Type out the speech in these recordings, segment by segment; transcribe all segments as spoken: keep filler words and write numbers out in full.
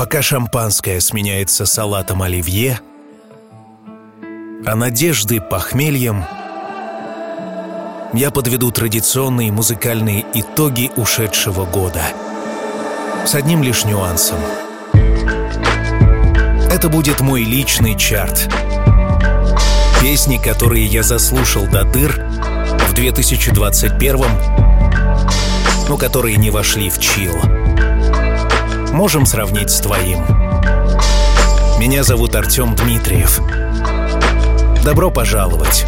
Пока шампанское сменяется салатом оливье, а надежды похмельем, я подведу традиционные музыкальные итоги ушедшего года. С одним лишь нюансом. Это будет мой личный чарт. Песни, которые я заслушал до дыр в две тысячи двадцать первом, но которые не вошли в чил. Можем сравнить с твоим. Меня зовут Артем Дмитриев. Добро пожаловать.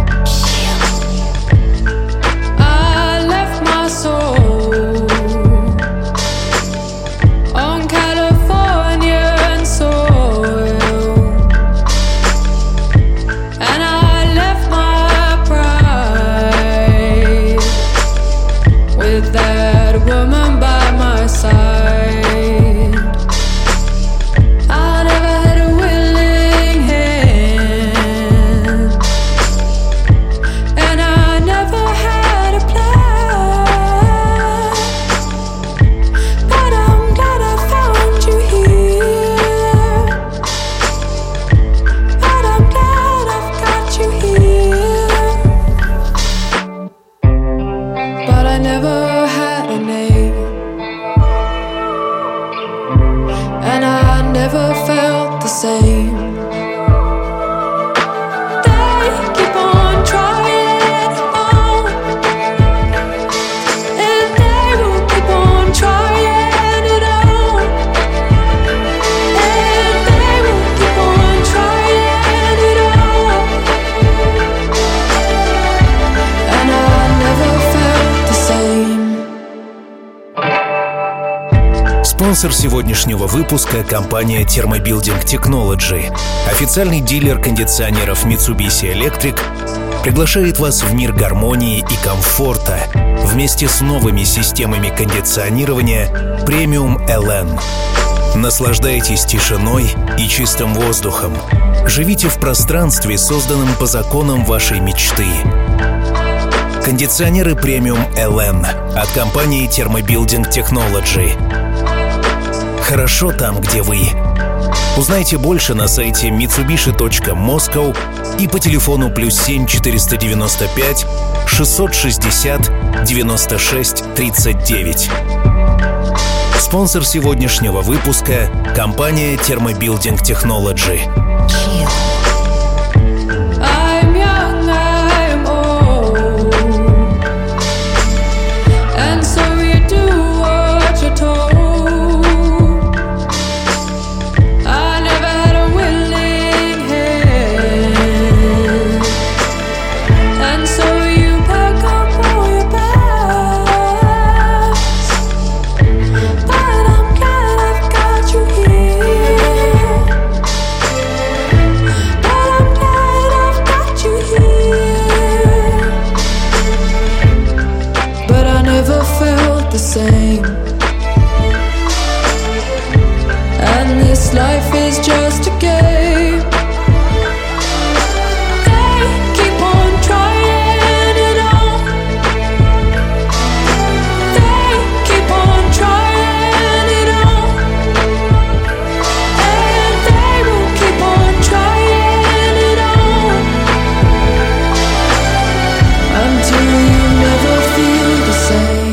Спонсор сегодняшнего выпуска — компания Thermobuilding Technology. Официальный дилер кондиционеров Mitsubishi Electric приглашает вас в мир гармонии и комфорта вместе с новыми системами кондиционирования Premium эл эн. Наслаждайтесь тишиной и чистым воздухом. Живите в пространстве, созданном по законам вашей мечты. Кондиционеры Premium эл эн от компании Thermobuilding Technology. Хорошо там, где вы. Узнайте больше на сайте митсубиши точка москоу и по телефону плюс семь четыреста девяносто пять шестьсот шестьдесят девяносто шесть тридцать девять. Спонсор сегодняшнего выпуска — компания Thermobuilding Technology. Life is just a game. They keep on trying it on. They keep on trying it on. And they will keep on trying it on until you never feel the same.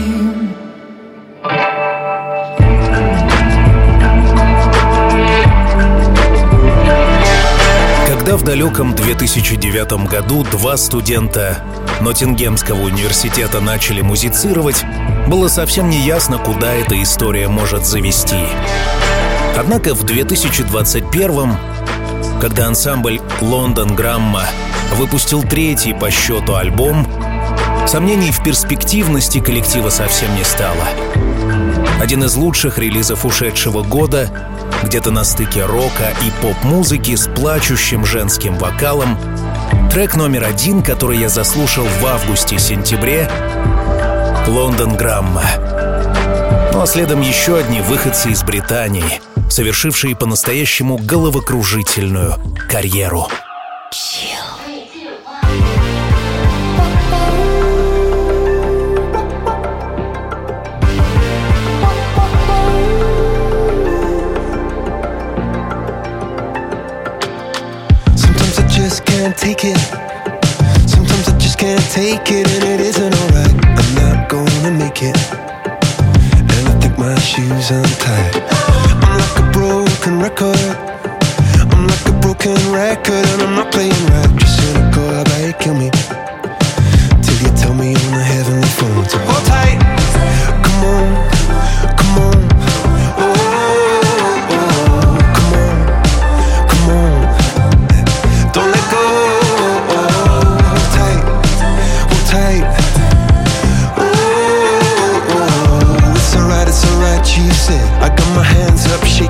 Когда в далеком две тысячи девятом году два студента Ноттингемского университета начали музицировать, было совсем не ясно, куда эта история может завести. Однако в две тысячи двадцать первом, когда ансамбль London Grammar выпустил третий по счету альбом, сомнений в перспективности коллектива совсем не стало. Один из лучших релизов ушедшего года, где-то на стыке рока и поп-музыки с плачущим женским вокалом, трек номер один, который я заслушал в августе-сентябре — London Grammar. Ну а следом еще одни выходцы из Британии, совершившие по-настоящему головокружительную карьеру.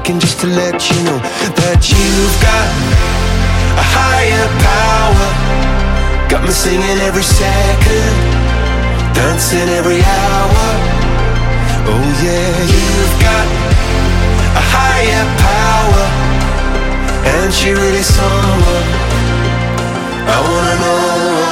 shaking just to let you know that you've got a higher power. Got me singing every second, dancing every hour. Oh yeah, you've got a higher power, and she really someone I wanna know.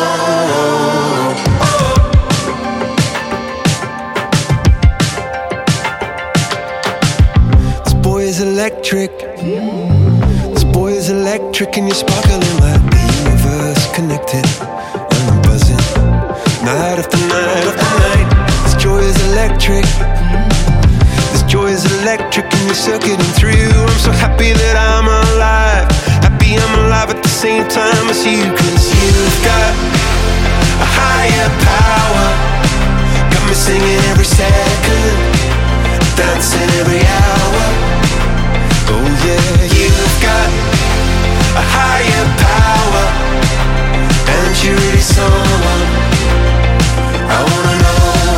This boy is electric. This boy is electric, and you're sparkling like the universe connected. And I'm buzzing night after night after night. This joy is electric. This joy is electric, and you're circuiting through. I'm so happy that I'm alive. Happy I'm alive at the same time as you. Cause you've got a higher power. Got me singing every second, dancing every hour. Oh yeah, you've got a higher power, and you're really someone I wanna know.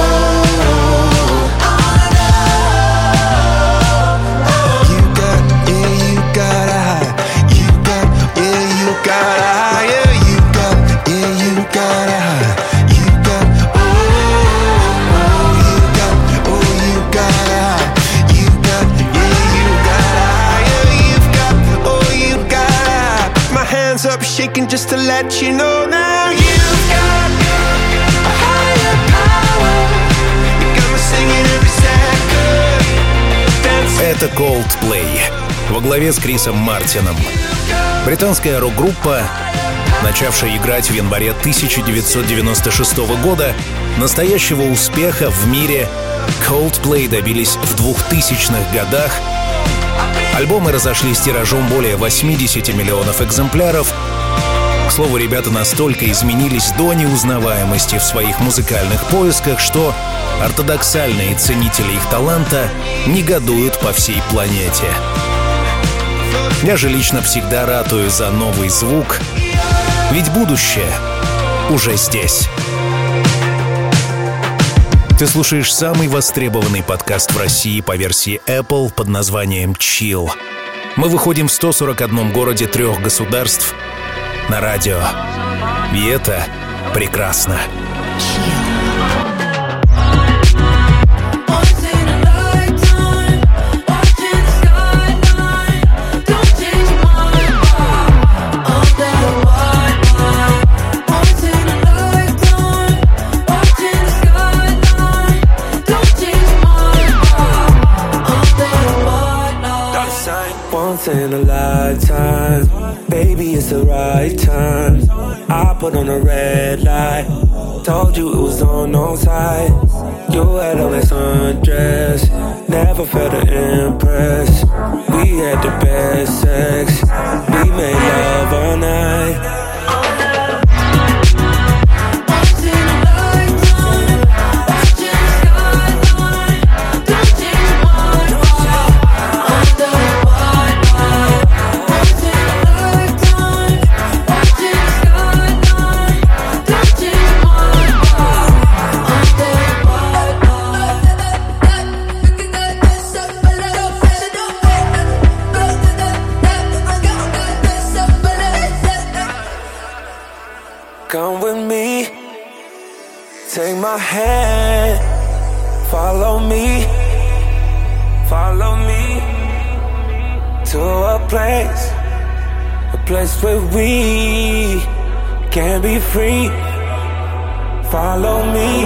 Up shaking just to let you know now you've got a higher power. You got me singing every second. Это Coldplay во главе с Крисом Мартином. Британская рок-группа, начавшая играть в январе тысяча девятьсот девяносто шестого года, настоящего успеха в мире Coldplay добились в двухтысячных годах. Альбомы разошлись тиражом более восемьдесят миллионов экземпляров. К слову, ребята настолько изменились до неузнаваемости в своих музыкальных поисках, что ортодоксальные ценители их таланта негодуют по всей планете. Я же лично всегда ратую за новый звук, ведь будущее уже здесь. Ты слушаешь самый востребованный подкаст в России по версии Apple под названием Chill. Мы выходим в сто сорок одном городе трех государств на радио. И это прекрасно. Once in a lifetime, baby, it's the right time. I put on a red light, told you it was on no side. You had on that sundress, never felt to impress. We had the best sex, we made love all night. Come with me, take my hand, follow me, follow me to a place, a place where we can be free. Follow me.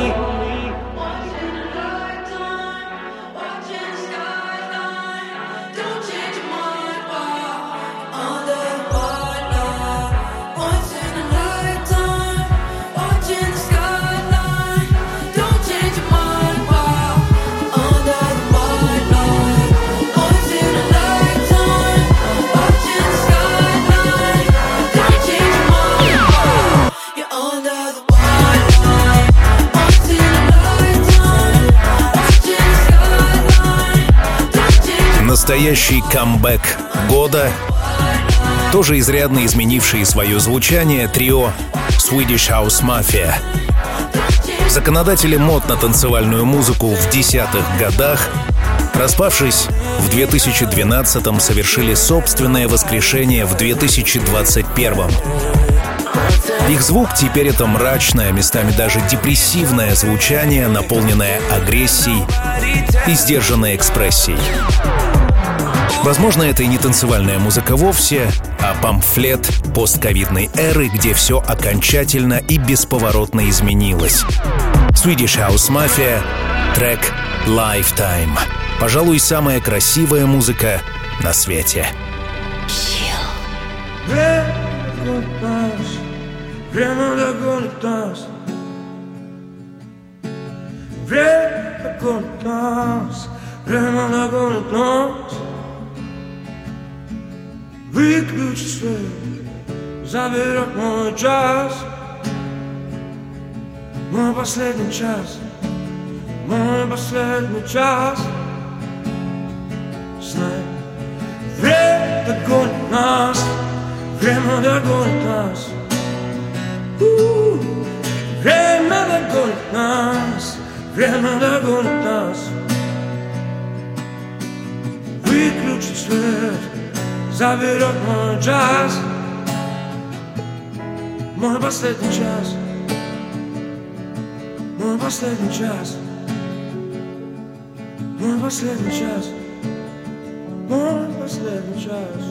Настоящий камбэк года, тоже изрядно изменившие свое звучание, трио Swedish House Mafia. Законодатели мод на танцевальную музыку в десятых годах Распавшись, в две тысячи двенадцатом совершили собственное воскрешение в две тысячи двадцать первом. Их звук теперь это мрачное, местами даже депрессивное звучание, наполненное агрессией и сдержанной экспрессией. Возможно, это и не танцевальная музыка вовсе, а памфлет постковидной эры, где все окончательно и бесповоротно изменилось. Swedish House Mafia, трек Lifetime. Пожалуй, самая красивая музыка на свете. Время догонит нас, время догонит нас, время догонит нас. Выключи свет, заберет мой час, мой последний час, мой последний час. Знай, время догонит нас, время догонит нас. Время догонит нас, время догонит нас. Выключи свет, заберет мой час, мой последний час, мой последний час, мой последний час, мой последний час.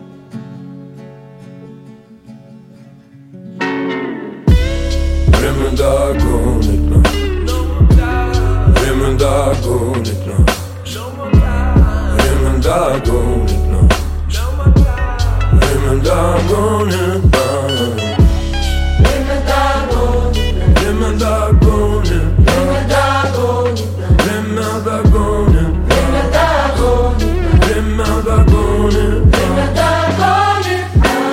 Время догонит нас, время догонит нас, время догонит нас, время догонит нас, время догонит, время догонит, время догонит, время догонит, время догонит, время догонит.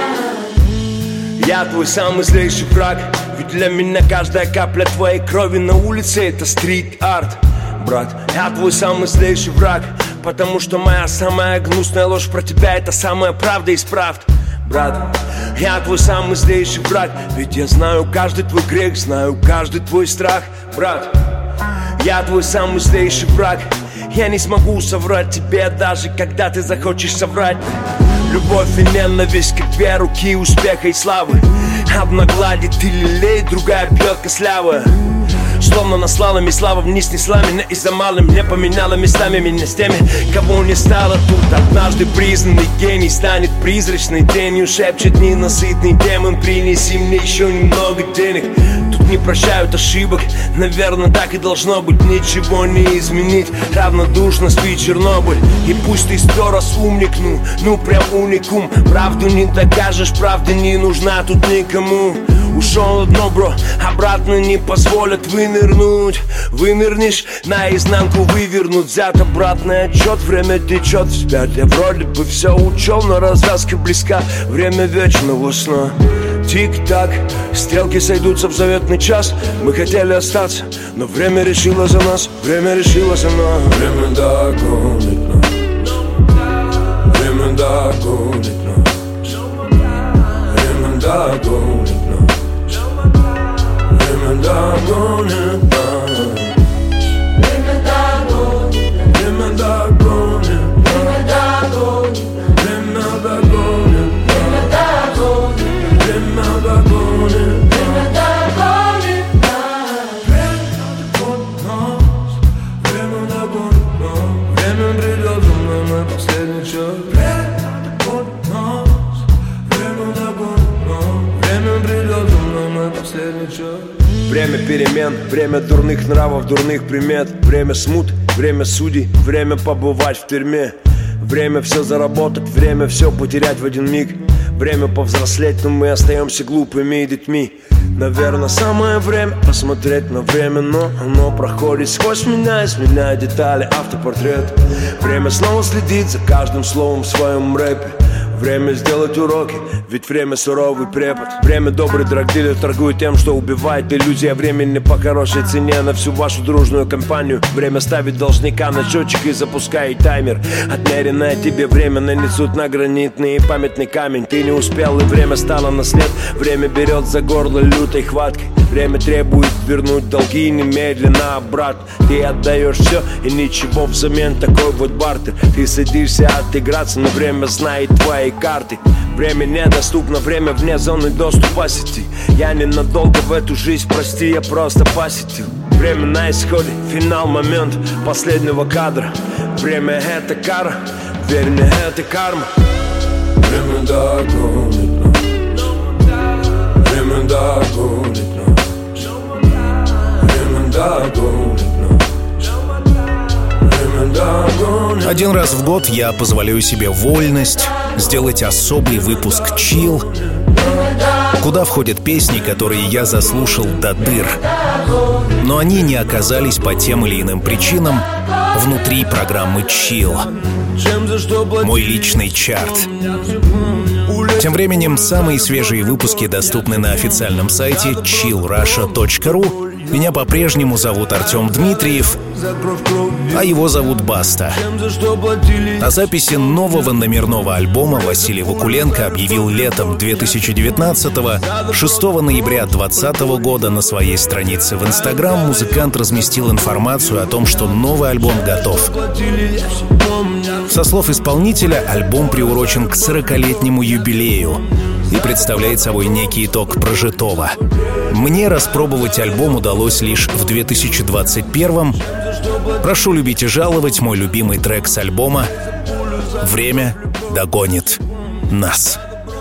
Я твой самый злейший враг. Ведь для меня каждая капля твоей крови на улице — это стрит-арт. Брат, я твой самый злейший враг, потому что моя самая гнусная ложь про тебя — это самая правда из правд. Брат, я твой самый злейший враг, ведь я знаю каждый твой грех, знаю каждый твой страх. Брат, я твой самый злейший враг, я не смогу соврать тебе, даже когда ты захочешь соврать. Любовь и ненависть, как две руки успеха и славы. Одна гладит и лелеет, другая бьет косляво. Словно наслала слава вниз, несла меня и за малым не поменяла местами меня с теми, кого не стало тут. Однажды признанный гений станет призрачной тенью, шепчет ненасытный демон: принеси мне еще немного денег. Тут не прощают ошибок, наверное, так и должно быть. Ничего не изменить, равнодушно спит Чернобыль. И пусть ты сто раз умник, ну, ну прям уникум. Правду не докажешь, правда не нужна тут никому. Ушел одно, бро, обратно не позволят вынырнуть. Вынырнешь, наизнанку вывернут. Взят обратный отчет, время течет вспять. Я вроде бы все учел, но развязка близка. Время вечного сна. Тик-так, стрелки сойдутся в заветный час. Мы хотели остаться, но время решило за нас. Время решило за нас. Время догонит нас, время догонит нас, время догонит нас, время догонит нас, время догонит, время догонит, время догонит, время догонит, время догонит, время догонит, время догонит нас, время догонит нас, время придет за мной мой последний час. Время догонит нас, время догонит нас, время придет за мной мой последний час. Время перемен, время дурных нравов, дурных примет. Время смут, время судей, время побывать в тюрьме. Время все заработать, время все потерять в один миг. Время повзрослеть, но мы остаемся глупыми детьми. Наверное, самое время посмотреть на время, но оно проходит сквозь меня, изменяя детали, автопортрет. Время снова следит за каждым словом в своем рэпе. Время сделать уроки, ведь время суровый препод. Время добрый драгдилер торгует тем, что убивает иллюзия времени по хорошей цене на всю вашу дружную компанию. Время ставит должника на счетчик и запускает таймер. Отмеренное тебе время нанесут на гранитный памятный камень. Ты не успел, и время стало на след. Время берет за горло лютой хваткой. Время требует вернуть долги немедленно обратно. Ты отдаешь все и ничего взамен, такой вот бартер. Ты садишься отыграться, но время знает твои карты. Время недоступно, время вне зоны доступа сети. Я ненадолго в эту жизнь, прости, я просто посетил. Время на исходе, финал, момент последнего кадра. Время это кара, верь мне, это карма. Время догонит нас. Время догонит нас. Время догонит нас. Один раз в год я позволяю себе вольность сделать особый выпуск Chill, куда входят песни, которые я заслушал до дыр, но они не оказались по тем или иным причинам внутри программы Chill, мой личный чарт. Тем временем самые свежие выпуски доступны на официальном сайте чилл раша точка ру. Меня по-прежнему зовут Артем Дмитриев, а его зовут Баста. О записи нового номерного альбома Василий Вакуленко объявил летом две тысячи девятнадцатого, шестого ноября двадцатого года на своей странице в Инстаграм музыкант разместил информацию о том, что новый альбом готов. Со слов исполнителя, альбом приурочен к сорокалетнему юбилею и представляет собой некий итог прожитого. Мне распробовать альбом удалось лишь в две тысячи двадцать первом. Прошу любить и жаловать, мой любимый трек с альбома «Время догонит нас».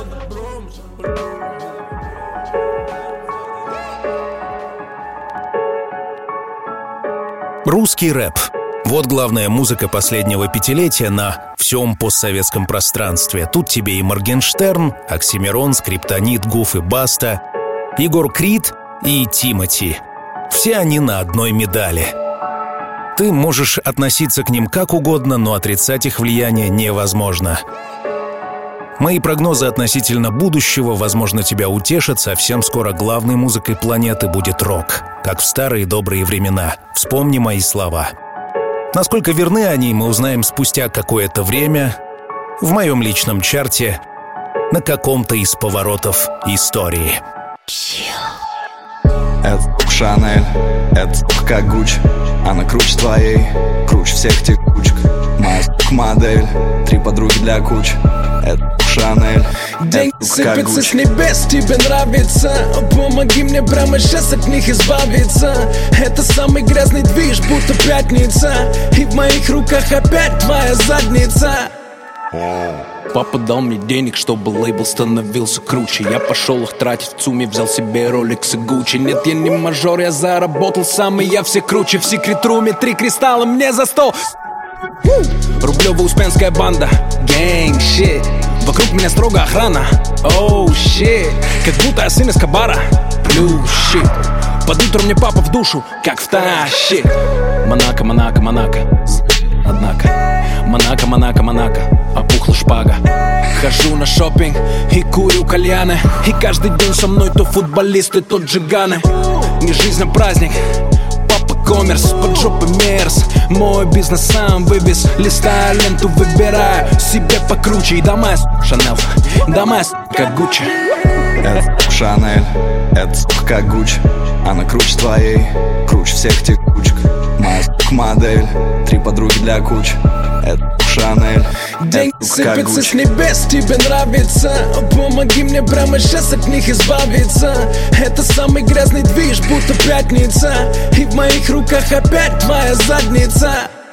Русский рэп. Вот главная музыка последнего пятилетия на всем постсоветском пространстве. Тут тебе и Моргенштерн, Оксимирон, Скриптонит, Гуф и Баста, Егор Крид и Тимати. Все они на одной медали. Ты можешь относиться к ним как угодно, но отрицать их влияние невозможно. Мои прогнозы относительно будущего, возможно, тебя утешат. Совсем скоро главной музыкой планеты будет рок, как в старые добрые времена. Вспомни мои слова. Насколько верны они, мы узнаем спустя какое-то время в моем личном чарте на каком-то из поворотов истории. Это Шанель, это как Гуч. Она круче твоей, круче всех текучек. Моя модель, три подруги для куч. Это Шанель. День сыпется с небес, тебе нравится. Помоги мне прямо сейчас от них избавиться. Это самый грязный движ, будто пятница. И в моих руках опять твоя задница. Папа дал мне денег, чтобы лейбл становился круче. Я пошел их тратить в ЦУМе, взял себе Rolex и Gucci. Нет, я не мажор, я заработал сам, и я все круче. В секрет-руме три кристалла мне за сто. Рублево-Успенская банда, гэнг, щит. Вокруг меня строго охрана, оу, щит. Как будто я сын из Кабара, плюс щит. Под утро мне папа в душу, как втащит. Монако, Монако, Монако, однако Монако, Монако, Монако, опухла шпага. Хожу на шопинг и курю кальяны. И каждый день со мной то футболисты, то джиганы. Не жизнь, а праздник. Папа коммерс, под жопой мерз. Мой бизнес сам вывез. Листаю ленту, выбираю себе покруче. И дома Шанель, дома как Гуччи. Это Шанель, это как Гуч. Она круче твоей, круче всех текучек. Моя модель, три подруги для куч. Это Шанель. День сыпется с небес, тебе нравится. Помоги мне прямо сейчас от них избавиться. Это самый грязный движ, будто пятница. И в моих руках опять твоя задница.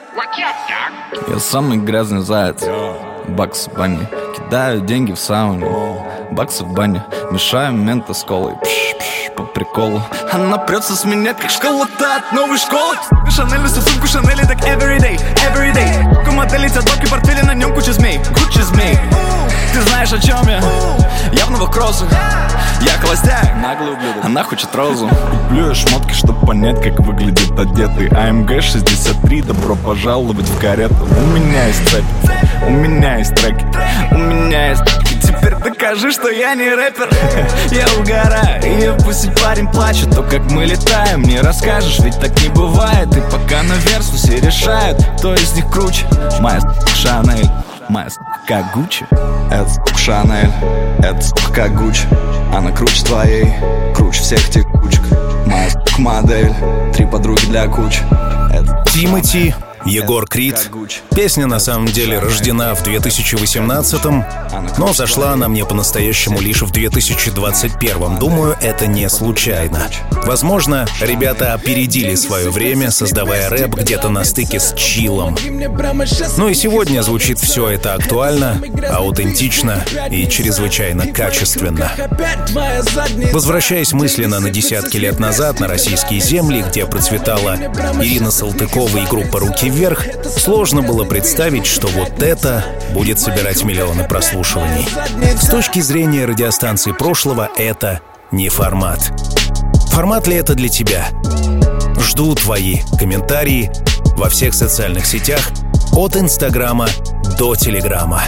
Я самый грязный заяц. Бакс в бане, кидаю деньги в сауну. Баксы в бане, мешаем мента с колой. Пш-пш, по приколу. Она прется с меня, как школа-то от новой школы. Шанель несу сумку, Шанель так everyday, everyday. Ку модели, цветок и портфели, на нем куча змей, куча змей. Ты знаешь, о чем я? Я в новых кроссах. Я холостяк, наглый ублюдок. Она хочет розу. Куплю я шмотки, чтоб понять, как выглядит одетый. а эм гэ шестьдесят три, добро пожаловать в карету. У меня есть цепь, у меня есть треки, у меня есть. И теперь докажи, что я не рэпер. Я угораю, и пусть парень плачет. То, как мы летаем, не расскажешь, ведь так не бывает. И пока на версусе решают, кто из них круче. Моя Шанель, моя как Гуччи. Это Шанель, это как Гуччи. Она круче твоей, круче всех текучек. Моя модель, три подруги для куч. Тимати, Егор Крид. Песня на самом деле рождена в две тысячи восемнадцатом, но зашла она мне по-настоящему лишь в две тысячи двадцать первом. Думаю, это не случайно. Возможно, ребята опередили свое время, создавая рэп где-то на стыке с чиллом. Ну и сегодня звучит все это актуально, аутентично и чрезвычайно качественно. Возвращаясь мысленно на десятки лет назад на российские земли, где процветала Ирина Салтыкова и группа «Руки вверх», сложно было представить, что вот это будет собирать миллионы прослушиваний. С точки зрения радиостанции прошлого, это не формат. Формат ли это для тебя? Жду твои комментарии во всех социальных сетях, от Инстаграма до Телеграма.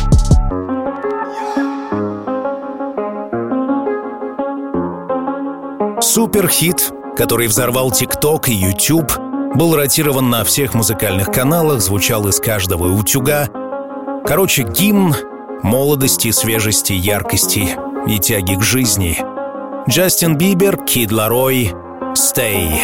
Суперхит, который взорвал ТикТок и Ютуб, был ротирован на всех музыкальных каналах, звучал из каждого утюга. Короче, гимн молодости, свежести, яркости и тяги к жизни. Джастин Бибер, Кид Ларой, «Stay».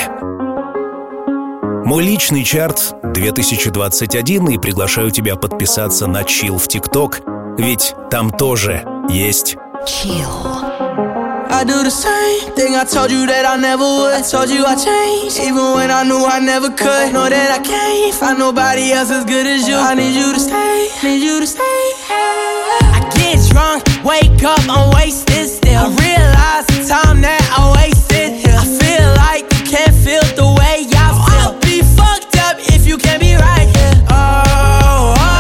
Мой личный чарт две тысячи двадцать один, и приглашаю тебя подписаться на Chill в ТикТок, ведь там тоже есть Chill. I do the same thing I told you that I never would. I told you I changed, even when I knew I never could. Know that I can't find nobody else as good as you. I need you to stay, need you to stay. I get drunk, wake up, I'm wasted still. I realize the time that I wasted here. I feel like you can't feel the way I feel. I'll be fucked up if you can't be right here. Oh, oh.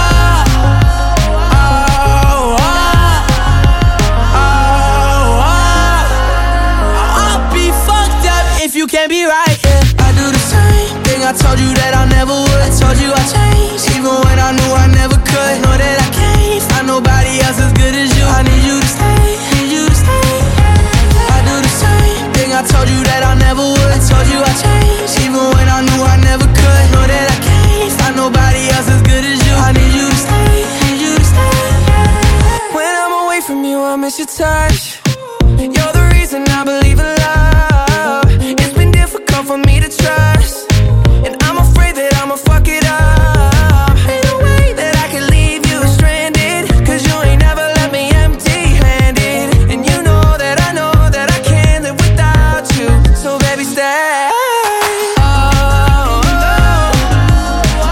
You can't be right, yeah. I do the same thing I told you that I never would. I told you I changed, even when I knew I never could. Know that I can't find nobody else as good as you. I need you to stay, need you to stay. I do the same thing I told you that I never would. I told you I changed, even when I knew I never could. Know that I can't find nobody else as good as you. I need you to stay, need you to stay. When I'm away from you, I miss your touch. You're the reason I believe in love. For me to trust, and I'm afraid that I'ma fuck it up. Ain't no way that I can leave you stranded, cause you ain't never left me empty-handed. And you know that I know that I can't live without you. So baby, stay. Oh, oh, oh,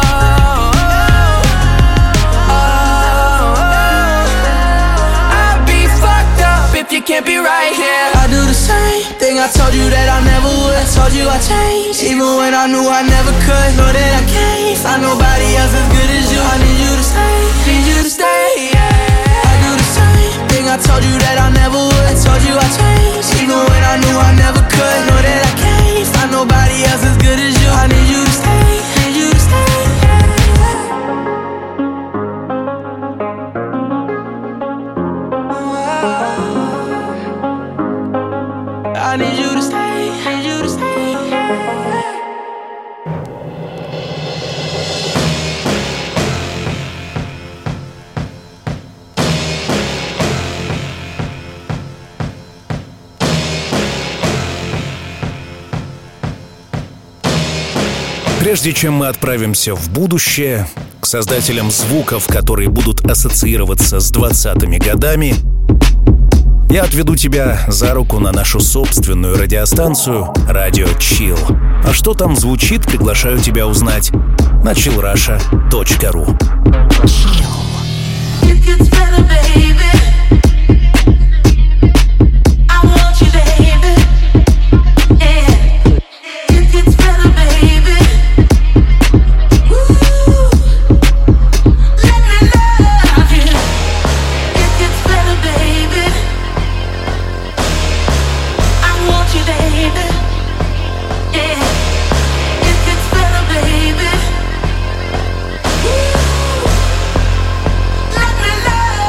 oh, oh. I'll be fucked up if you can't be right here. I do the same thing I told you that I never would. I told you I changed, even when I knew I never could. Know that I can't find nobody else as good as you. I need you to stay, need you to stay, yeah. I do the same thing I told you that I never would. I told you I changed, even when I knew I never could. Know that I can't find nobody else as good as you. I need you to stay, need you to stay, I need you to stay, need you to stay. Прежде чем мы отправимся в будущее, к создателям звуков, которые будут ассоциироваться с двадцатыми годами, я отведу тебя за руку на нашу собственную радиостанцию «Радио Chill». А что там звучит, приглашаю тебя узнать на чилл раша точка ру. Let me love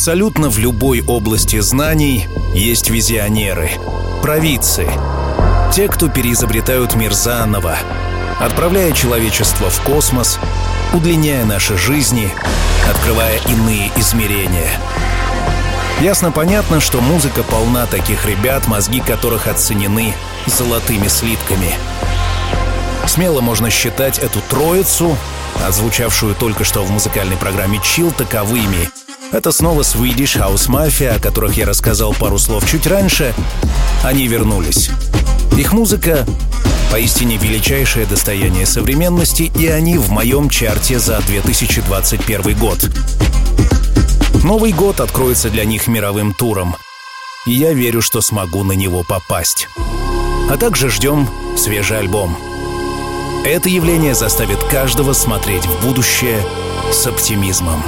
Абсолютно в любой области знаний есть визионеры, провидцы. Те, кто переизобретают мир заново, отправляя человечество в космос, удлиняя наши жизни, открывая иные измерения. Ясно-понятно, что музыка полна таких ребят, мозги которых оценены золотыми слитками. Смело можно считать эту троицу, отзвучавшую только что в музыкальной программе Chill, таковыми. Это снова Swedish House Mafia, о которых я рассказал пару слов чуть раньше. Они вернулись. Их музыка — поистине величайшее достояние современности, и они в моем чарте за две тысячи двадцать первый год. Новый год откроется для них мировым туром, и я верю, что смогу на него попасть. А также ждем свежий альбом. Это явление заставит каждого смотреть в будущее с оптимизмом.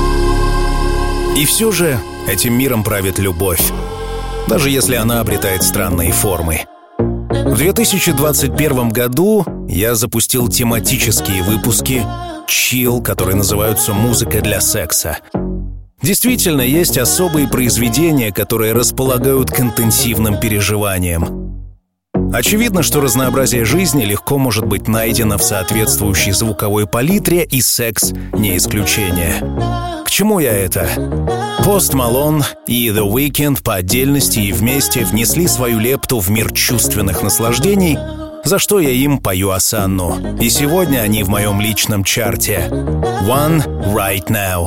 И все же этим миром правит любовь, даже если она обретает странные формы. В две тысячи двадцать первом году я запустил тематические выпуски Chill, которые называются «Музыка для секса». Действительно, есть особые произведения, которые располагают к интенсивным переживаниям. Очевидно, что разнообразие жизни легко может быть найдено в соответствующей звуковой палитре, и секс не исключение. К чему я это? Post Malone и The Weeknd по отдельности и вместе внесли свою лепту в мир чувственных наслаждений, за что я им пою осанну. И сегодня они в моем личном чарте. One Right Now.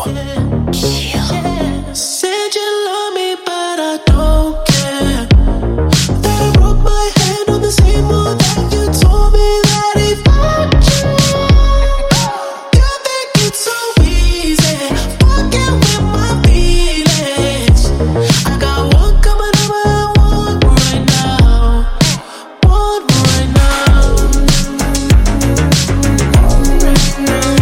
Said you love me, but I don't care. That I broke my hand on the same wall that you told me that he fucked you. You think it's so easy, fucking with my feelings. I got one coming over and one right now. One right now. Right now.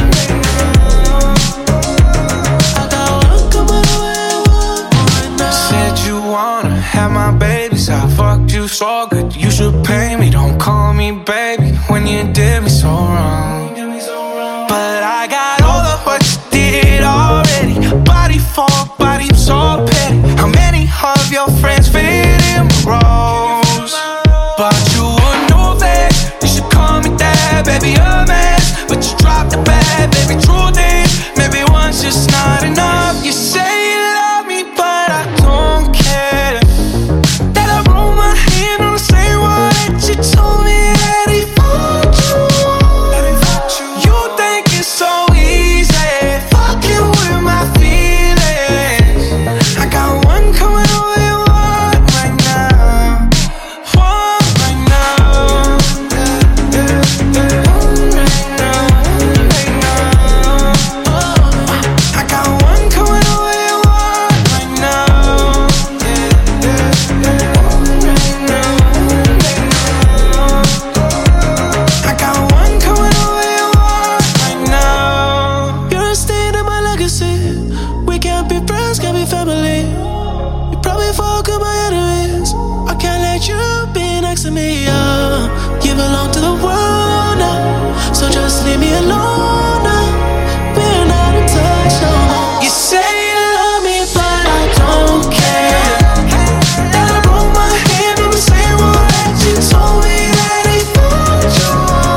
I got one coming over and one right now. Said you wanna have my babies, I fucked you so good, you should pay me. Don't call me baby when you did me so wrong. But I got all of what you did already. Body for body, so petty. How many of your friends fit in my roles? But you would know that you should call me dad, baby, a mess. But you dropped the bad, baby, truth is maybe one's just not enough. You say you love me, but I don't care. That I broke my hand on the same wall that you told me that he fucked you. You think it's so easy, fucking with my feelings. I got one coming over and one right now. One right now. Yeah, yeah, yeah. One right now, right now. I got one coming over and one right now. Yeah, yeah, yeah. One right now, right now. I got one coming over and one right now. You're a stain in my legacy. We can't be friends, can't be family. You probably fuck with my enemies. I can't let you be next to me. Yeah. You belong to the world now, so just leave me alone now. We're not in touch no more. You say you love me, but I don't care. That I broke my hand on the same wall that you told me that he fucked you.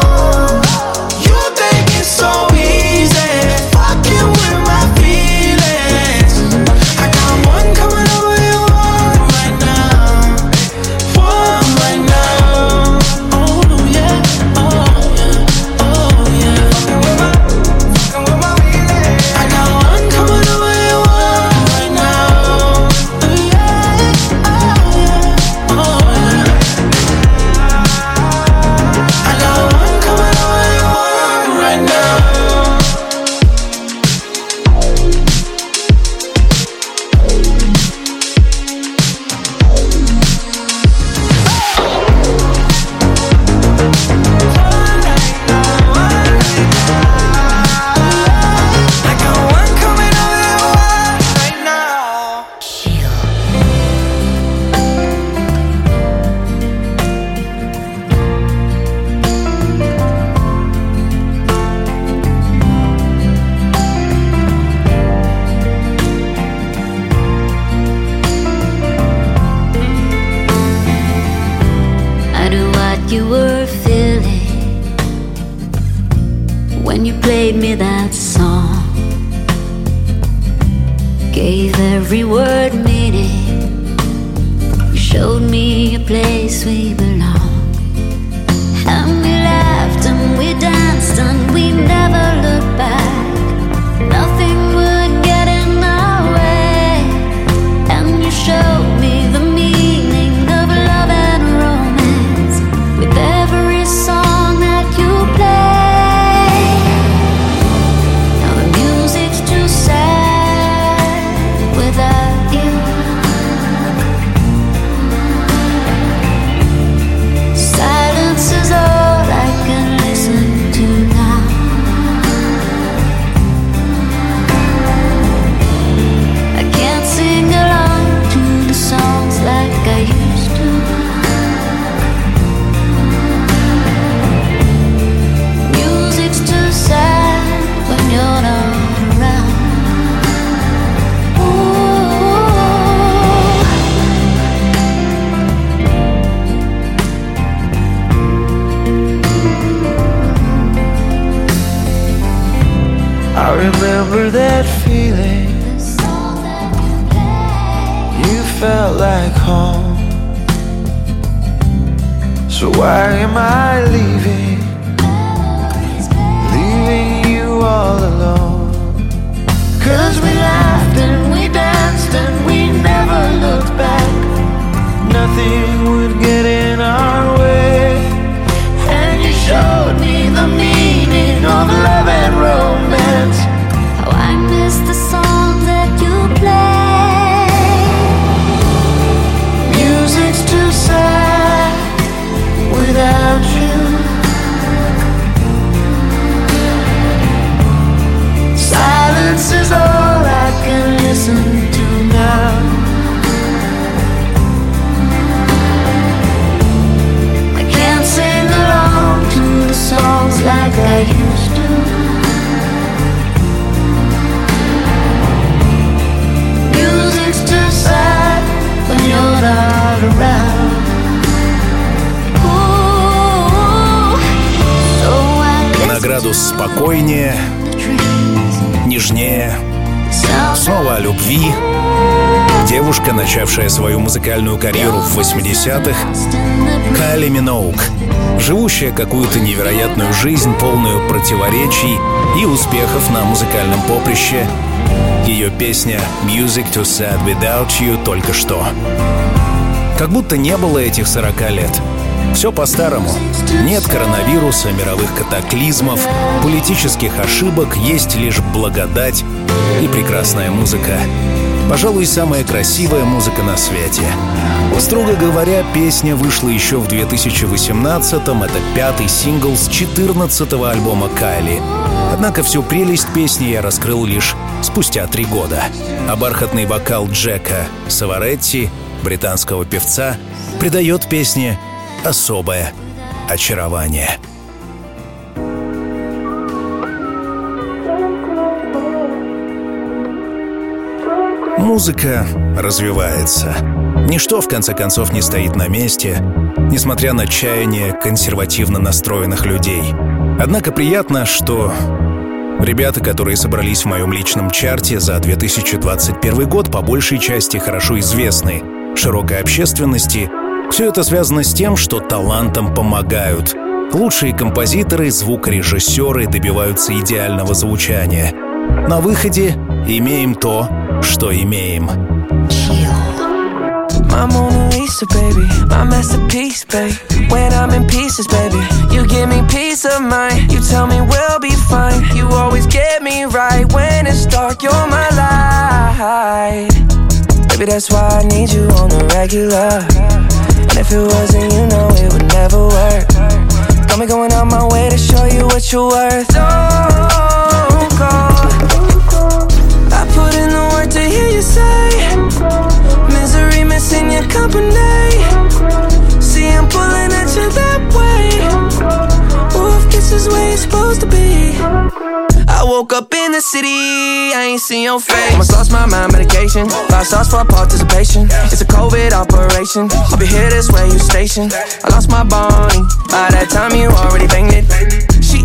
You think it's so easy, fucking with my feelings. I got one coming over and one right now. One right now. Oh yeah, oh yeah, oh yeah. gave me that song, gave every word meaning. You showed me a place we belong, and we laughed and we danced and we never looked back. Nothing would get in our way, and you showed me the meaning of love and romance with every song that you play. Now the music's too sad without you. Silence is all I can listen to now. I can't sing along to the songs like I used to. Music's too sad when you're not around. I remember that feeling. You felt like home. So why am I leaving? Leaving you all alone. Cause we laughed and we danced and we never looked back. Nothing would get in our way. And you showed me the meaning of love and romance. How I miss the songs that you play. Music's too sad without you. Silence is all I can listen to now. I can't sing along to the songs like I used to. Music's too sad when you're not around. Ooh, so I listen На градус спокойнее, to the trees. нежнее, Sound снова о любви. Девушка, начавшая свою музыкальную карьеру в восьмидесятых, Кайли Миноуг, живущая какую-то невероятную жизнь, полную противоречий и успехов на музыкальном поприще. Ее песня «Music Too Sad Without You» только что. Как будто не было этих сорока лет. Все по-старому. Нет коронавируса, мировых катаклизмов, политических ошибок, есть лишь благодать и прекрасная музыка. Пожалуй, самая красивая музыка на свете. Строго говоря, песня вышла еще в две тысячи восемнадцатом. Это пятый сингл с четырнадцатого альбома Кайли. Однако всю прелесть песни я раскрыл лишь спустя три года. А бархатный вокал Джека Саваретти, британского певца, придает песне особое очарование. Музыка развивается. Ничто, в конце концов, не стоит на месте, несмотря на чаяние консервативно настроенных людей. Однако приятно, что ребята, которые собрались в моем личном чарте за две тысячи двадцать первый год, по большей части хорошо известны широкой общественности. Все это связано с тем, что талантам помогают. Лучшие композиторы, звукорежиссеры добиваются идеального звучания. На выходе имеем то, что имеем. My Mona Lisa, baby, my masterpiece, babe. When I'm in pieces, baby, you give me peace of mind. You tell me we'll be fine. You always get me right when it's dark. You're my light, baby. That's why I need you on the regular. And if it wasn't, you know it would never work. Got me going out my way to show you what you're worth. Don't go. I put in the work to hear you say misery missing your company. See, I'm pulling at you that way. Ooh, this is where you're supposed to be. I woke up in the city, I ain't seen your face. Almost lost my mind, medication. Five stars for participation. It's a COVID operation. I'll be here this way, you station. I lost my Bonnie. By that time you already banged it. She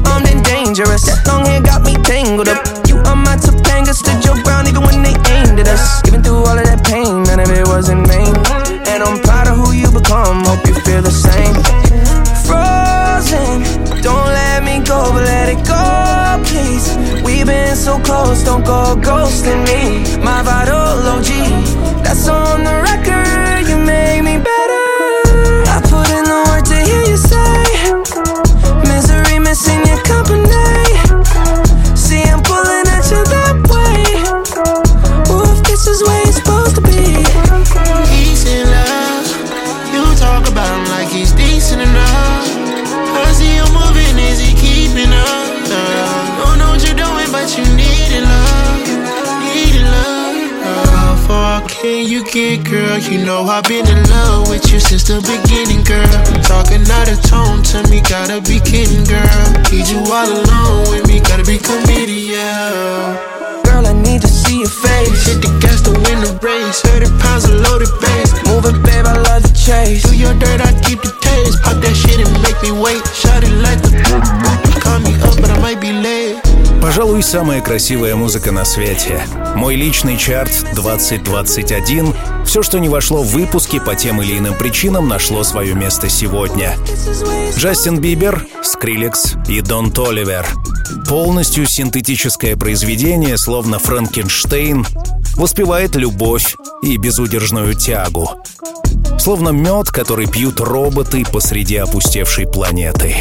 armed and dangerous. That long hair got me tangled up. You are my Topanga, stood your ground even when they aimed at us. Even through all of that pain, none of it was in vain. And I'm proud of who you become, hope you feel the same. Frozen, don't let me go, but let it go, please. We've been so close, don't go ghosting me. My vital O G, that's on the record, you make me better. I put in the work to hear you say, misery missing your company. See, I'm pulling at you that way. Well, if this is where it's supposed to be. He's in love, you talk about him like he's decent enough. I see you moving, is he keeping up? Don't know what you're doing, but you need it, love. Need it, love. How far can you get, girl? You know I've been in love with you since the beginning, girl. Talking out of tone to me, gotta be kidding, girl. Need you all alone with me, gotta be committed, yeah. Girl, I need to see your face. Hit the gas to win the race. Thirty pounds of loaded bass. Move it, babe, I love the chase. Do your dirt, I keep the taste. Pop that shit and make me wait. Shot it like the call me up, but I might be late. Пожалуй, самая красивая музыка на свете. Мой личный чарт двадцать двадцать один. Все, что не вошло в выпуски по тем или иным причинам, нашло свое место сегодня. Джастин Бибер, Скриллекс и Дон Толивер. Полностью синтетическое произведение, словно Франкенштейн, воспевает любовь и безудержную тягу. Словно мед, который пьют роботы посреди опустевшей планеты.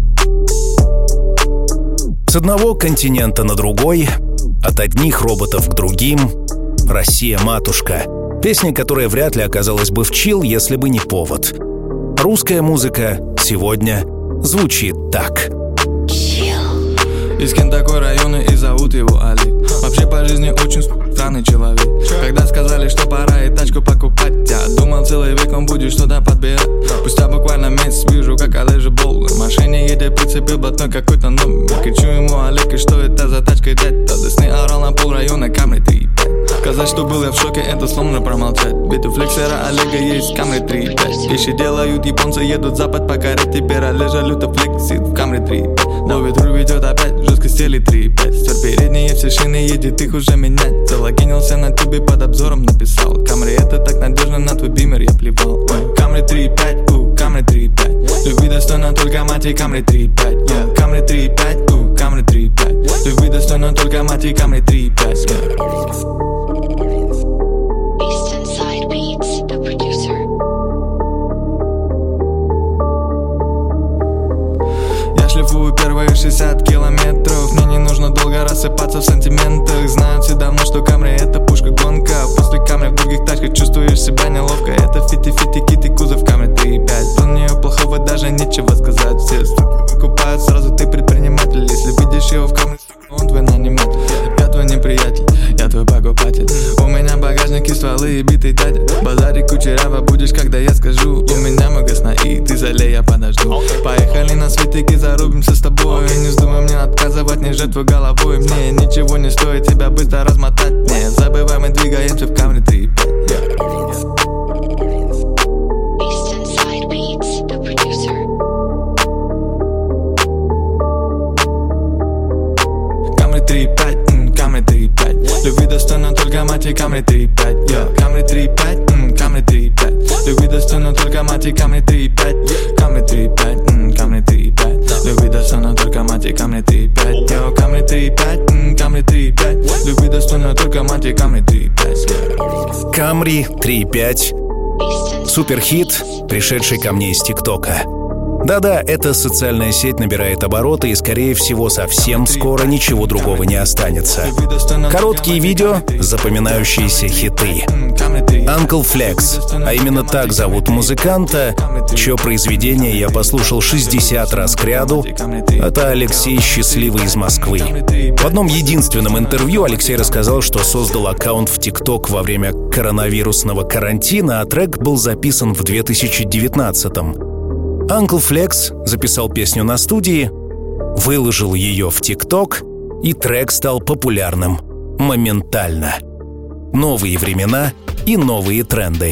С одного континента на другой, от одних роботов к другим. «Россия-матушка». Песня, которая вряд ли оказалась бы в чил, если бы не повод. Русская музыка сегодня звучит так. Из кем такой район и зовут его Али. Вообще по жизни очень странный человек. Когда сказали, что пора и тачку покупать, я думал, целый век он будет что-то подбирать. Спустя буквально месяц вижу, как Олежа Бол в машине едет, прицепил блатной какой-то номер. Кричу ему: Олег, и что это за тачка, дядь? Тот сны орал на пол района Камри три пять. Сказать, что был я в шоке, это сложно промолчать. Ведь у флексера Олега есть Камри три пять. Вещи делают японцы, едут запад покорять. Теперь Олежа люто флексит в Камри три пять. Новый друг ведет опять, жестко стели три пять. Стер передние все шины, едет их уже менять. Залогинился на тюбе, под обзором написал: Камри это так надежно, на твой бимер я плевал. Камри три пять, у, Камри три пять. Любви достойна только мать и Камри три пять. Yeah. Камри три пять, у, Камри три пять. Любви достойна только мать и Камри три пять. Шлифую первые шестьдесят километров. Мне не нужно долго рассыпаться в сантиментах. Знают все давно, что Камри это пушка гонка. После Камри в других тачках чувствуешь себя неловко. Это фити-фити кит и кузов Камри три пять. Про нее плохого даже нечего сказать. Все выкупают сразу, ты предприниматель. Если видишь его в Камри, он твой наниматель. Я твой неприятель, я твой покупатель. У меня багажник и стволы и битый дядя. Базарик кучерява будешь, когда я скажу. У меня много сна и ты залей, я подожду. Поехали на светик и зарубимся с тобой. Не вздумай мне отказывать, не жертвуй головой. Мне ничего не стоит тебя быстро размотать. Не забывай, мы двигаемся в Камри три пять. Камри три пять, Камри три пять. Любви достойна только мать и Камри три пять. Камри три пять, Камри три пять. Любви достойна только мать и Камри три пять. Камри три пять, Камри три пять. Любви достойна только мать и Камри три пять. Камри три пять, Камри три пять. Любви достойна только мать и Камри три пять. Камри три пять. Суперхит, пришедший ко мне из ТикТока. Да-да, эта социальная сеть набирает обороты, и, скорее всего, совсем скоро ничего другого не останется. Короткие видео, запоминающиеся хиты. Uncle Flex, а именно так зовут музыканта, чье произведение я послушал шестьдесят раз кряду. Это Алексей Счастливый из Москвы. В одном единственном интервью Алексей рассказал, что создал аккаунт в ТикТок во время коронавирусного карантина, а трек был записан в две тысячи девятнадцатом. Uncle Flex записал песню на студии, выложил ее в ТикТок, и трек стал популярным моментально. Новые времена и новые тренды.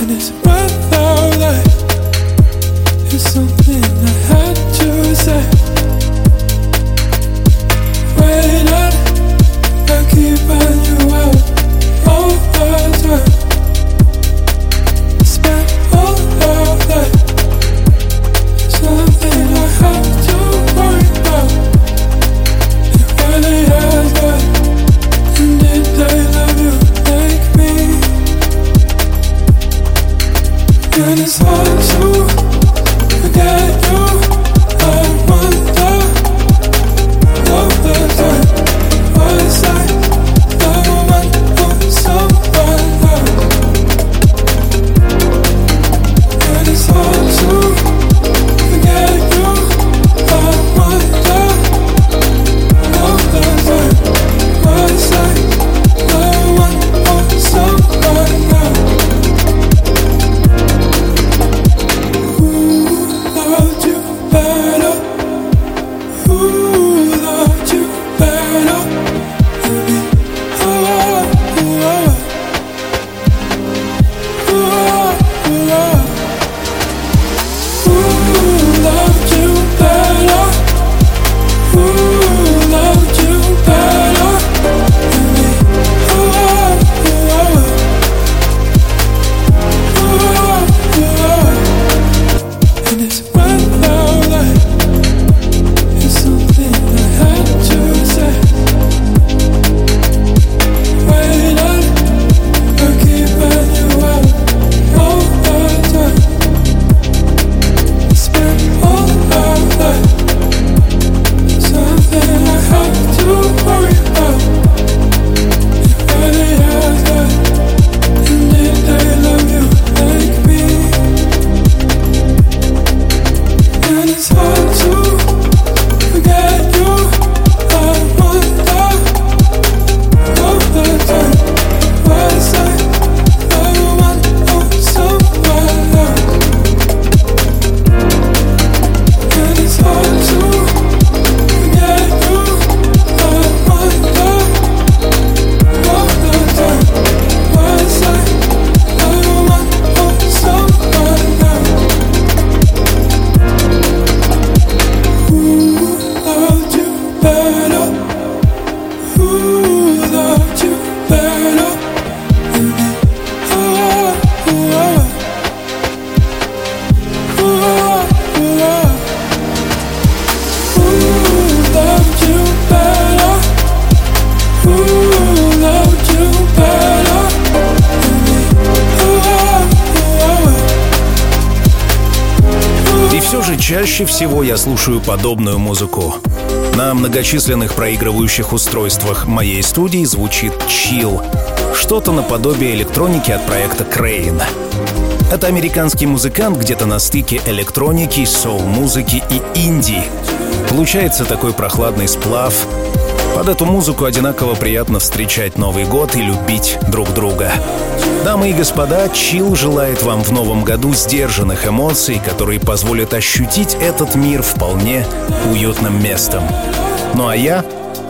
Чаще всего я слушаю подобную музыку. На многочисленных проигрывающих устройствах моей студии звучит чилл, что-то наподобие электроники от проекта Crane. Это американский музыкант где-то на стыке электроники, соул-музыки и инди. Получается такой прохладный сплав. Под эту музыку одинаково приятно встречать Новый год и любить друг друга. Дамы и господа, чилл желает вам в новом году сдержанных эмоций, которые позволят ощутить этот мир вполне уютным местом. Ну а я,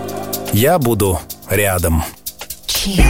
я буду рядом. Chill.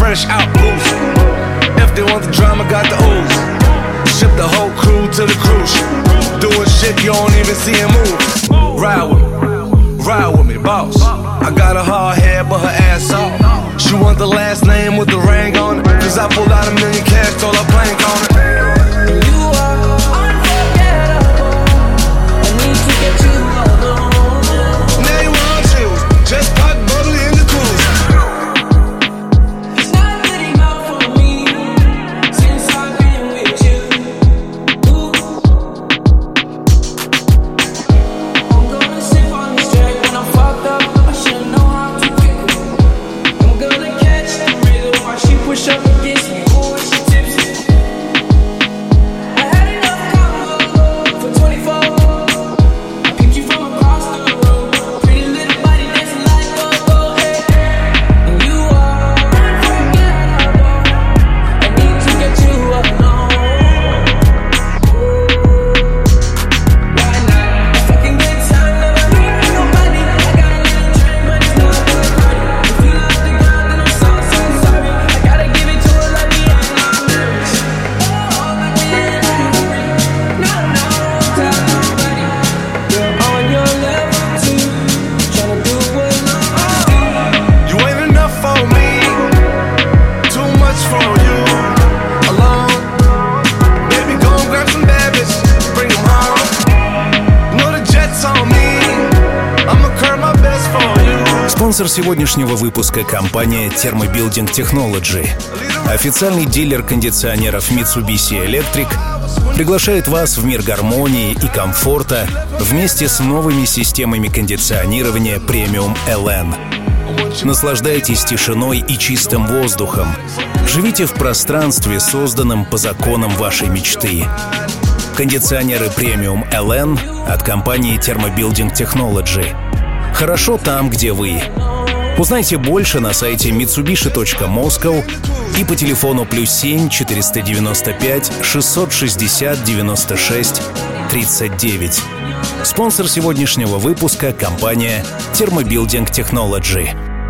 fresh out boost. If they want the drama, got the ooze. Ship the whole crew to the cruise. Doing shit you don't even see him move. Ride with me, ride with me, boss. I got a hard head, but her ass off. She want the last name with the ring on it. Cause I pulled out a million cash, stole her plank on it. You are unforgettable. I need to get you alone. Now you want chills, just pop bubbly in the cruise. It's not good enough for me since I've been with you. Ooh. I'm gonna sip on this track when I'm fucked up. I should know how to pick it. I'm gonna catch the rhythm while she push up against me. Oh, she tipsy. I had enough combo for twenty-four. I peeped you from across the road. Pretty little body dancing like a go. Hey, and you are unforgettable. I need to get you alone. Why not? Fucking good time, never meet nobody. I got a little drink, but it's not good party. If you love the girl, then I'm so so sorry. I gotta give it to her like the end of marriage. Oh, like the end of marriage. No, no, tell nobody. You're on your level too, tryna do what you want. You ain't enough for me, too much for you. Alone, baby, go and grab some bad bitches, bring them home. You know the jet's on me, I'ma curb my best for you. Спонсор сегодняшнего выпуска — компания Thermobuilding Technology. Официальный дилер кондиционеров Mitsubishi Electric приглашает вас в мир гармонии и комфорта вместе с новыми системами кондиционирования премиум эл эн. Наслаждайтесь тишиной и чистым воздухом. Живите в пространстве, созданном по законам вашей мечты. Кондиционеры премиум эл эн от компании Thermobuilding Technology. Хорошо там, где вы. Узнайте больше на сайте mitsubishi точка moscow и по телефону плюс семь четыреста девяносто пять шестьсот шестьдесят девяносто шесть тридцать девять. Спонсор сегодняшнего выпуска — компания Thermobuilding Technology.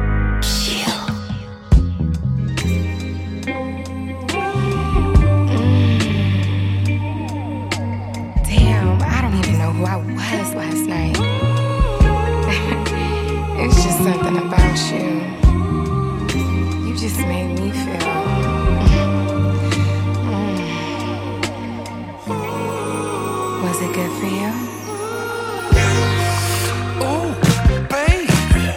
Damn, I don't even know who I was last night. It's just something about you. You just made me feel. Mm. Was it good for you? Ooh, baby.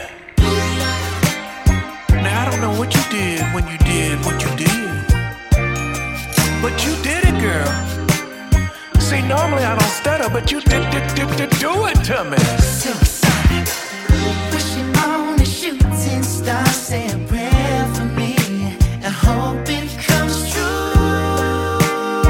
Now I don't know what you did when you did what you did, but you did it, girl. See, normally I don't stutter, but you did, did, did, did do it to me. Supersonic. Wishing on a shooting star, say a prayer for me, and hope it comes true.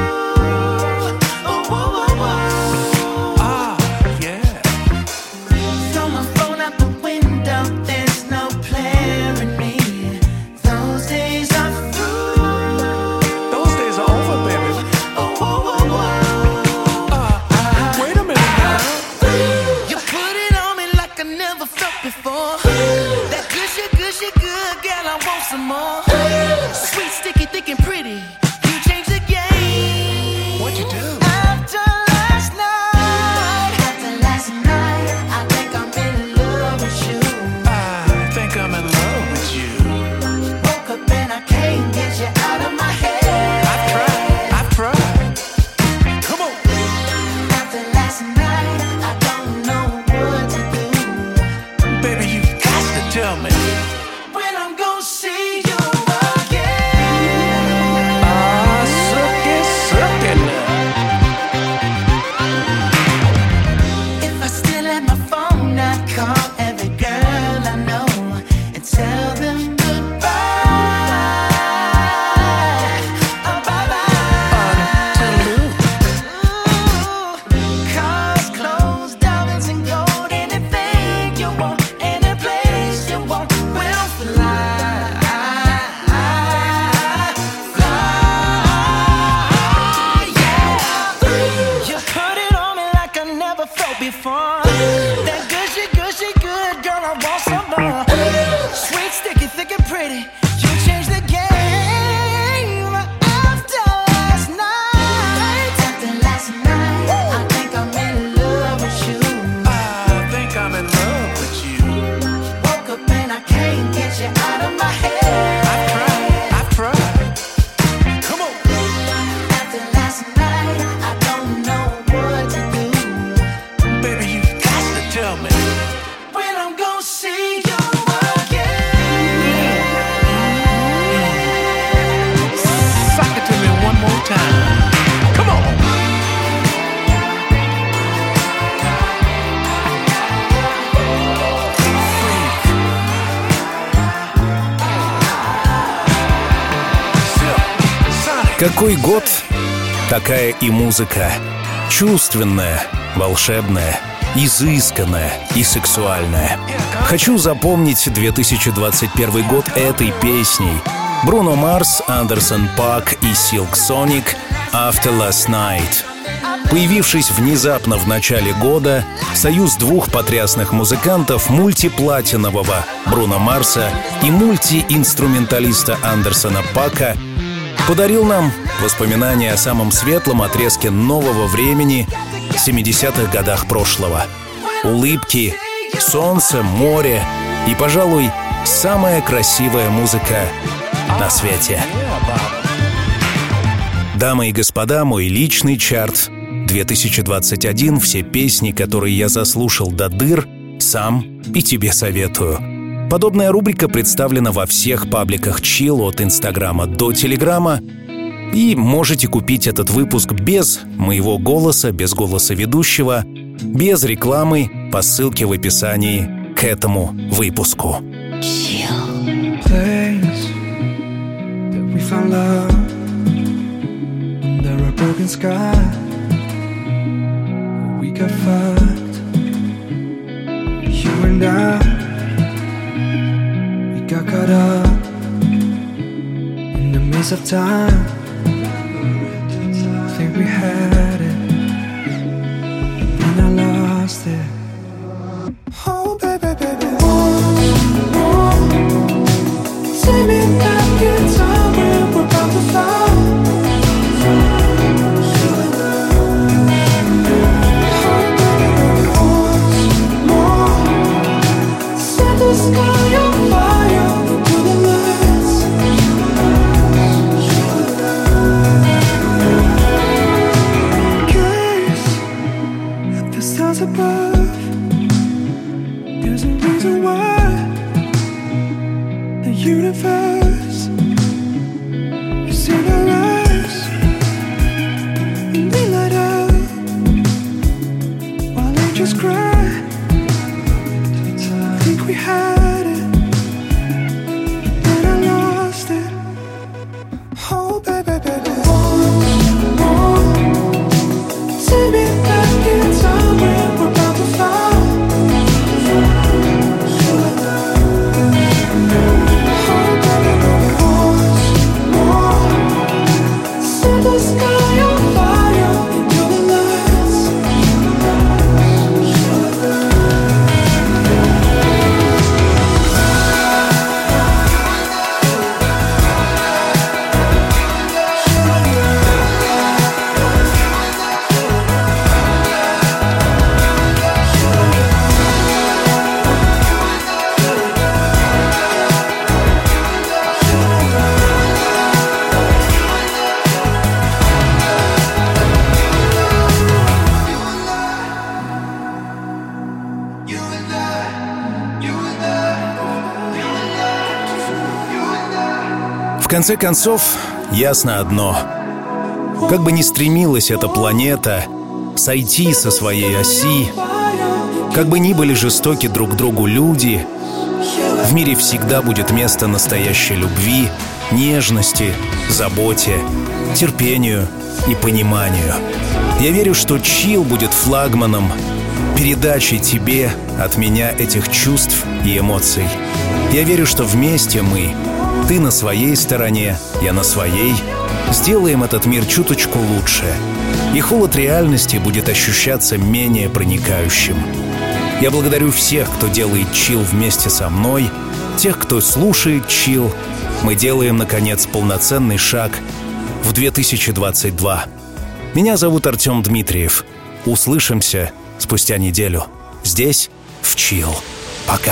Oh, whoa, whoa, whoa. Ah, yeah. Throw my phone out the window, there's no player in me. Those days are through. Those days are over, baby. Oh, whoa, whoa, whoa. Uh, wait a minute now. You put it on me like I never felt before. That good shit, good shit, good, girl, I want some more. Sweet, sticky, thick, and pretty. You changed the game. What'd you do? After last night, after last night, I think I'm in love with you. I think I'm in love with you. Woke up and I can't get you out of my head. I've tried, I've tried. Come on. After last night, I don't know what to do. Baby, you got to tell me. When I'm gonna see you again. Ah, suck it, suck it now. If I still had my phone, I'd call every girl I know and tell them goodbye. Oh, bye-bye. Ooh, cars, clothes, diamonds, and gold. Anything you want, any place you want, we'll fly, fly, yeah. You put it on me like I never felt before. That good shit, good shit, good, girl, I want some more. Sweet, sticky, thick, and pretty. You changed the game. Какой год, такая и музыка. Чувственная, волшебная, изысканная и сексуальная. Хочу запомнить две тысячи двадцать первый год этой песней. Бруно Марс, Андерсон .Paak и Silk Sonic «After Last Night». Появившись внезапно в начале года, союз двух потрясных музыкантов, мультиплатинового Бруно Марса и мультиинструменталиста Андерсона .Паака, подарил нам воспоминания о самом светлом отрезке нового времени семидесятых годах прошлого. Улыбки, солнце, море и, пожалуй, самая красивая музыка на свете. Дамы и господа, мой личный чарт две тысячи двадцать один, все песни, которые я заслушал до дыр, сам и тебе советую. Подобная рубрика представлена во всех пабликах Chill от Инстаграма до Телеграма, и можете купить этот выпуск без моего голоса, без голоса ведущего, без рекламы по ссылке в описании к этому выпуску. We got fucked, you and I. We got caught up in the midst of time. Think we had it, and I lost it. Oh baby, baby, oh, oh. Take me back in time when we're about to fly. The sky on fire into the lights. Gaze at the stars above. There's a reason why the universe is in our eyes, and we light up while angels cry. We had it, and I lost it. Oh baby, baby, oh, oh. Take me back in time when we're about to fly. Oh baby, baby, oh, oh. Set the sky on fire into the lights. В конце концов, ясно одно. Как бы ни стремилась эта планета сойти со своей оси, как бы ни были жестоки друг к другу люди, в мире всегда будет место настоящей любви, нежности, заботе, терпению и пониманию. Я верю, что Chill будет флагманом передачи тебе от меня этих чувств и эмоций. Я верю, что вместе мы, ты на своей стороне, я на своей, сделаем этот мир чуточку лучше, и холод реальности будет ощущаться менее проникающим. Я благодарю всех, кто делает Chill вместе со мной, тех, кто слушает Chill. Мы делаем, наконец, полноценный шаг в две тысячи двадцать два. Меня зовут Артем Дмитриев. Услышимся спустя неделю здесь, в Chill. Пока.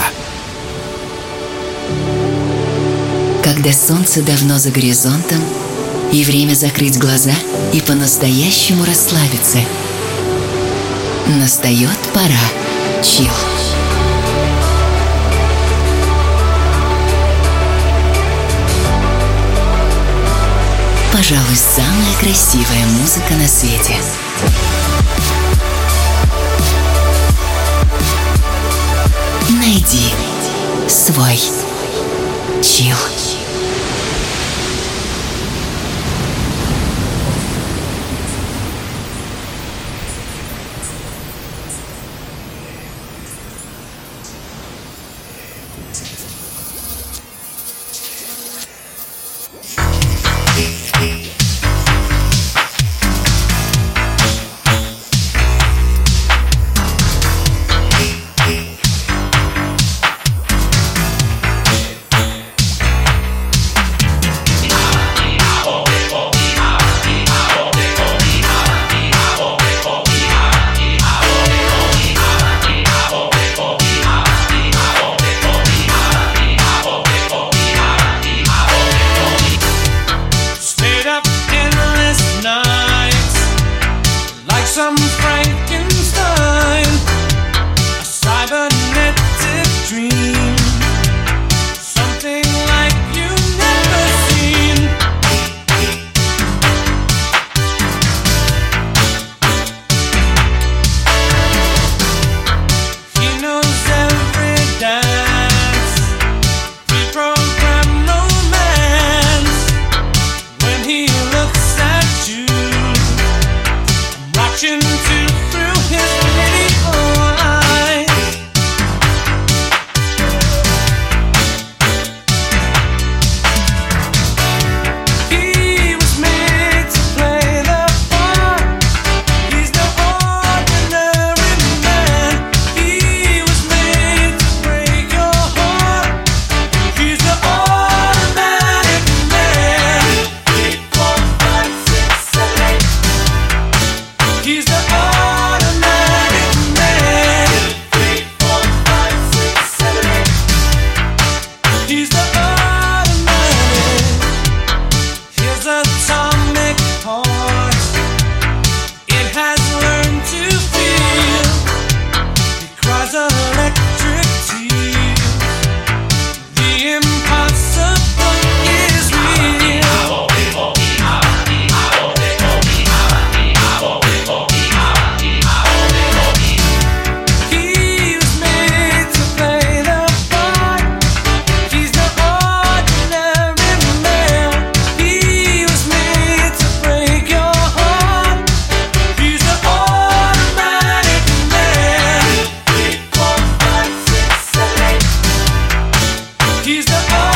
Когда солнце давно за горизонтом, и время закрыть глаза и по-настоящему расслабиться, настает пора Chill. Пожалуй, самая красивая музыка на свете. Найди свой Chill. He's the